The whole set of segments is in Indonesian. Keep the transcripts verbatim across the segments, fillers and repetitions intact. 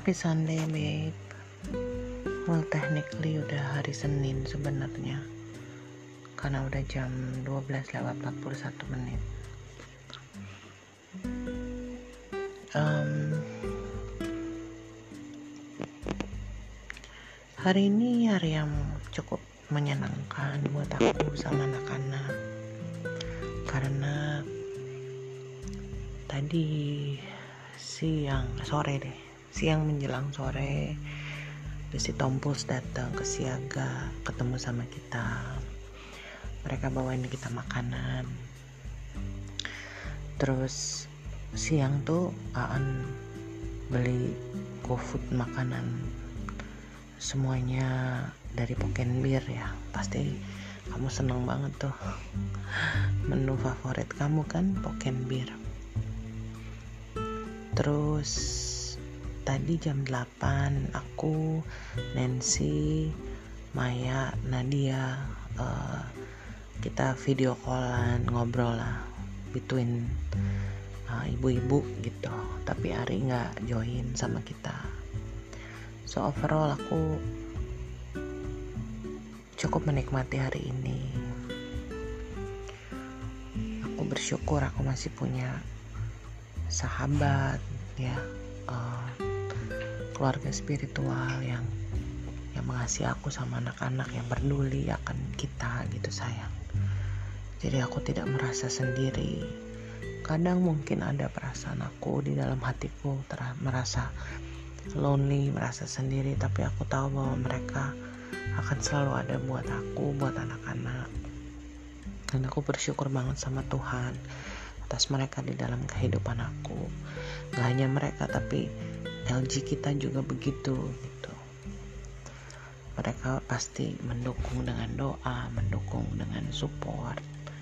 Happy Sunday, babe. Well, technically udah hari Senin sebenarnya, karena udah jam dua belas lewat empat puluh satu menit. Um, hari ini hari yang cukup menyenangkan buat aku sama anak-anak, karena tadi siang sore deh siang menjelang sore si Tompus datang ke Siaga, ketemu sama kita. Mereka bawain kita makanan. Terus siang tuh Aan beli GoFood makanan semuanya dari Pokenbeer ya. Pasti kamu seneng banget tuh. Menu favorit kamu kan Pokenbeer. Terus tadi jam delapan aku, Nancy, Maya, Nadia uh, kita video callan, ngobrol lah between uh, ibu-ibu gitu. Tapi Ari nggak join sama kita. So overall aku cukup menikmati hari ini. Aku bersyukur aku masih punya sahabat ya, uh, keluarga spiritual yang yang mengasihi aku sama anak-anak, yang peduli akan kita gitu sayang. Jadi aku tidak merasa sendiri. Kadang mungkin ada perasaan aku di dalam hatiku ter- merasa lonely, merasa sendiri, tapi aku tahu bahwa mereka akan selalu ada buat aku, buat anak-anak. Dan aku bersyukur banget sama Tuhan atas mereka di dalam kehidupan aku. Gak hanya mereka, tapi L G kita juga begitu gitu. Mereka pasti mendukung dengan doa, mendukung dengan support.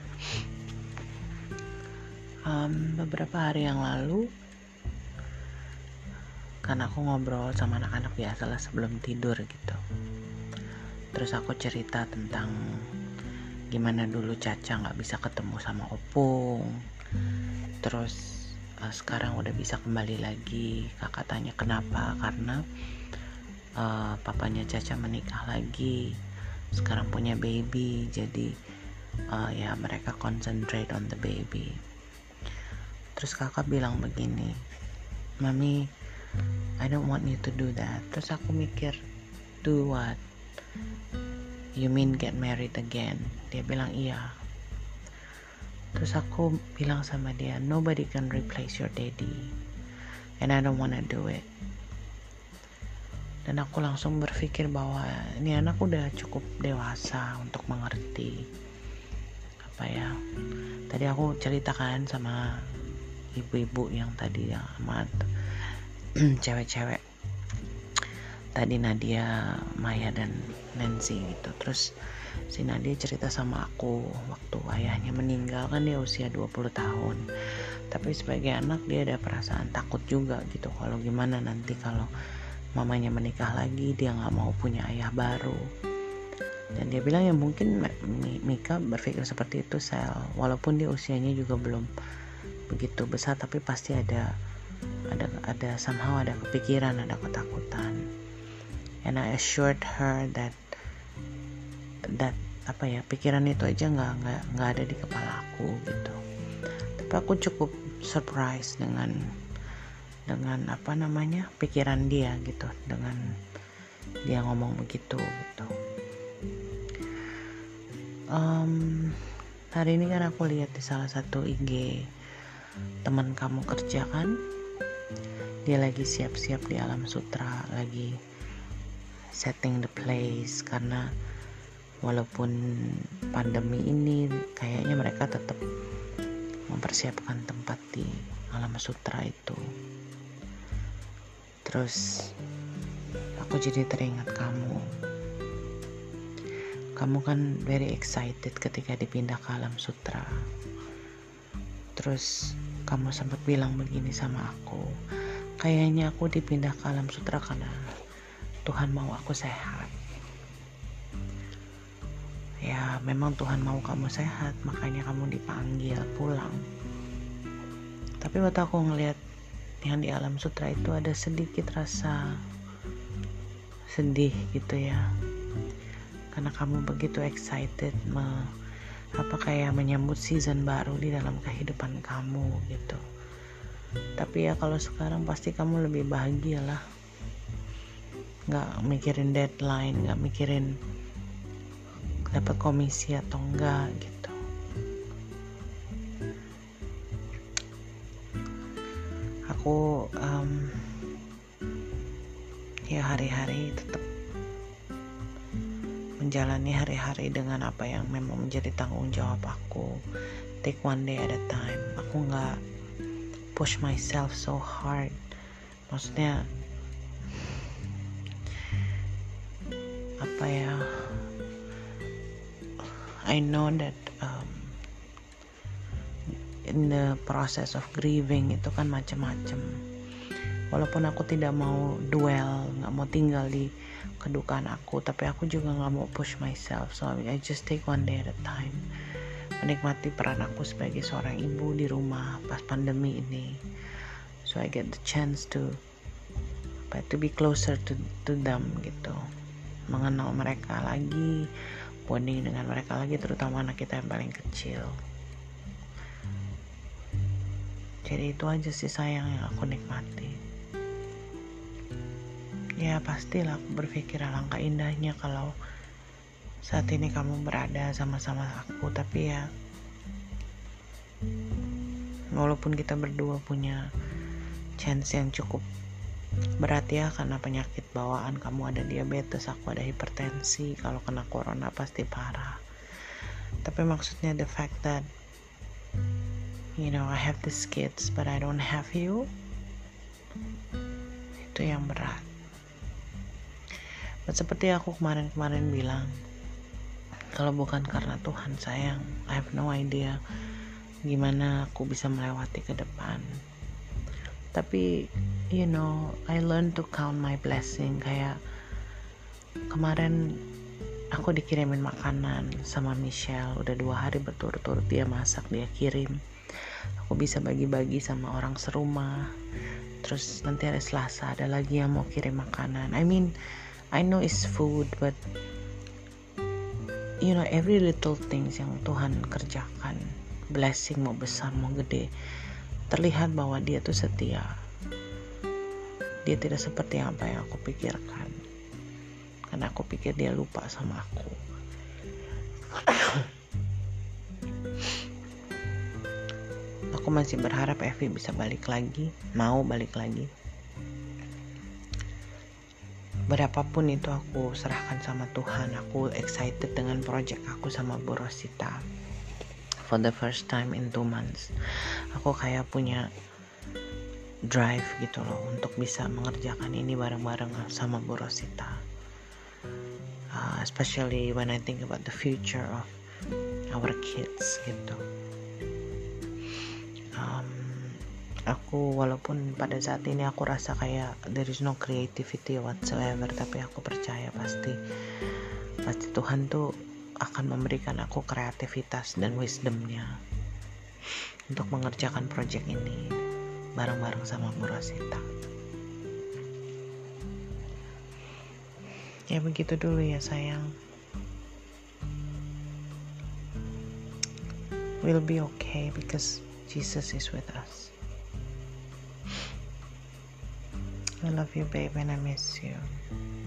Um, beberapa hari yang lalu, kan aku ngobrol sama anak-anak biasalah sebelum tidur gitu. Terus aku cerita tentang gimana dulu Caca nggak bisa ketemu sama Opung. Terus sekarang udah bisa kembali lagi. Kakak tanya kenapa, karena uh, papanya Caca menikah lagi, sekarang punya baby, jadi uh, ya mereka concentrate on the baby. Terus kakak bilang begini, Mami, I don't want you to do that. Terus aku mikir, do what? You mean get married again? Dia bilang iya. Terus aku bilang sama dia, nobody can replace your daddy, and I don't wanna do it. Dan aku langsung berpikir bahwa ini anak udah cukup dewasa untuk mengerti apa ya. Tadi aku ceritakan sama ibu-ibu yang tadi yang amat cewek-cewek. Tadi Nadia, Maya dan Nancy gitu. Terus si Nadia cerita sama aku waktu ayahnya meninggal, kan dia usia dua puluh tahun. Tapi sebagai anak dia ada perasaan takut juga gitu, kalau gimana nanti kalau mamanya menikah lagi, dia gak mau punya ayah baru. Dan dia bilang ya mungkin Mika berpikir seperti itu Sel, walaupun dia usianya juga belum begitu besar, tapi pasti ada ada ada somehow ada kepikiran, ada ketakutan. And I assured her that that apa ya, pikiran itu aja nggak nggak nggak ada di kepala aku gitu. Tapi aku cukup surprise dengan dengan apa namanya pikiran dia gitu, dengan dia ngomong begitu gitu. Um, hari ini kan aku lihat di salah satu I G teman kamu kerja kan, dia lagi siap-siap di Alam Sutra, lagi setting the place, karena walaupun pandemi ini kayaknya mereka tetap mempersiapkan tempat di Alam Sutra itu. Terus aku jadi teringat kamu. Kamu kan very excited ketika dipindah ke Alam Sutra. Terus kamu sempat bilang begini sama aku, kayaknya aku dipindah ke Alam Sutra karena Tuhan mau aku sehat. Ya memang Tuhan mau kamu sehat, makanya kamu dipanggil pulang. Tapi waktu aku ngelihat yang di alam sutra itu ada sedikit rasa sedih gitu ya, karena kamu begitu excited me, apa kayak menyambut season baru di dalam kehidupan kamu gitu. Tapi ya kalau sekarang pasti kamu lebih bahagia lah, nggak mikirin deadline, nggak mikirin dapat komisi atau enggak gitu. Aku um, ya hari-hari tetap menjalani hari-hari dengan apa yang memang menjadi tanggung jawab aku. Take one day at a time. Aku nggak push myself so hard. Maksudnya apa ya? I know that um, in the process of grieving itu kan macam-macam. Walaupun aku tidak mau dwell, nggak mau tinggal di kedukaan aku, tapi aku juga nggak mau push myself. So I just take one day at a time. Menikmati peran aku sebagai seorang ibu di rumah pas pandemi ini. So I get the chance to, but to be closer to to them gitu, mengenal mereka lagi, bonding dengan mereka lagi, terutama anak kita yang paling kecil. Jadi itu aja sih sayang yang aku nikmati. Ya pastilah aku berpikir alangkah indahnya kalau saat ini kamu berada sama-sama aku. Tapi ya walaupun kita berdua punya chance yang cukup berat ya, karena penyakit bawaan, kamu ada diabetes, aku ada hipertensi, kalau kena corona pasti parah. Tapi maksudnya the fact that you know I have these kids but I don't have you, itu yang berat. But seperti aku kemarin-kemarin bilang, kalau bukan karena Tuhan sayang, I have no idea gimana aku bisa melewati ke depan. Tapi you know I learn to count my blessing. Kayak kemarin aku dikirimin makanan sama Michelle, udah dua hari berturut-turut dia masak, dia kirim. Aku bisa bagi-bagi sama orang serumah. Terus nanti hari Selasa ada lagi yang mau kirim makanan. I mean I know it's food, but you know every little things yang Tuhan kerjakan, blessing mau besar mau gede, terlihat bahwa dia tuh setia. Dia tidak seperti apa yang aku pikirkan, karena aku pikir dia lupa sama aku. Aku masih berharap Evi bisa balik lagi, mau balik lagi. Berapapun itu aku serahkan sama Tuhan. Aku excited dengan project aku sama Bu Rosita. For the first time in two months, aku kayak punya drive gitu loh untuk bisa mengerjakan ini bareng-bareng sama Bu Rosita. Uh, especially when I think about the future of our kids gitu. Um, aku walaupun pada saat ini aku rasa kayak there is no creativity whatsoever, tapi aku percaya pasti pasti Tuhan tuh akan memberikan aku kreativitas dan wisdomnya untuk mengerjakan project ini bareng-bareng sama Bu Rosita. Ya begitu dulu ya sayang. We'll be okay because Jesus is with us. I love you babe and I miss you.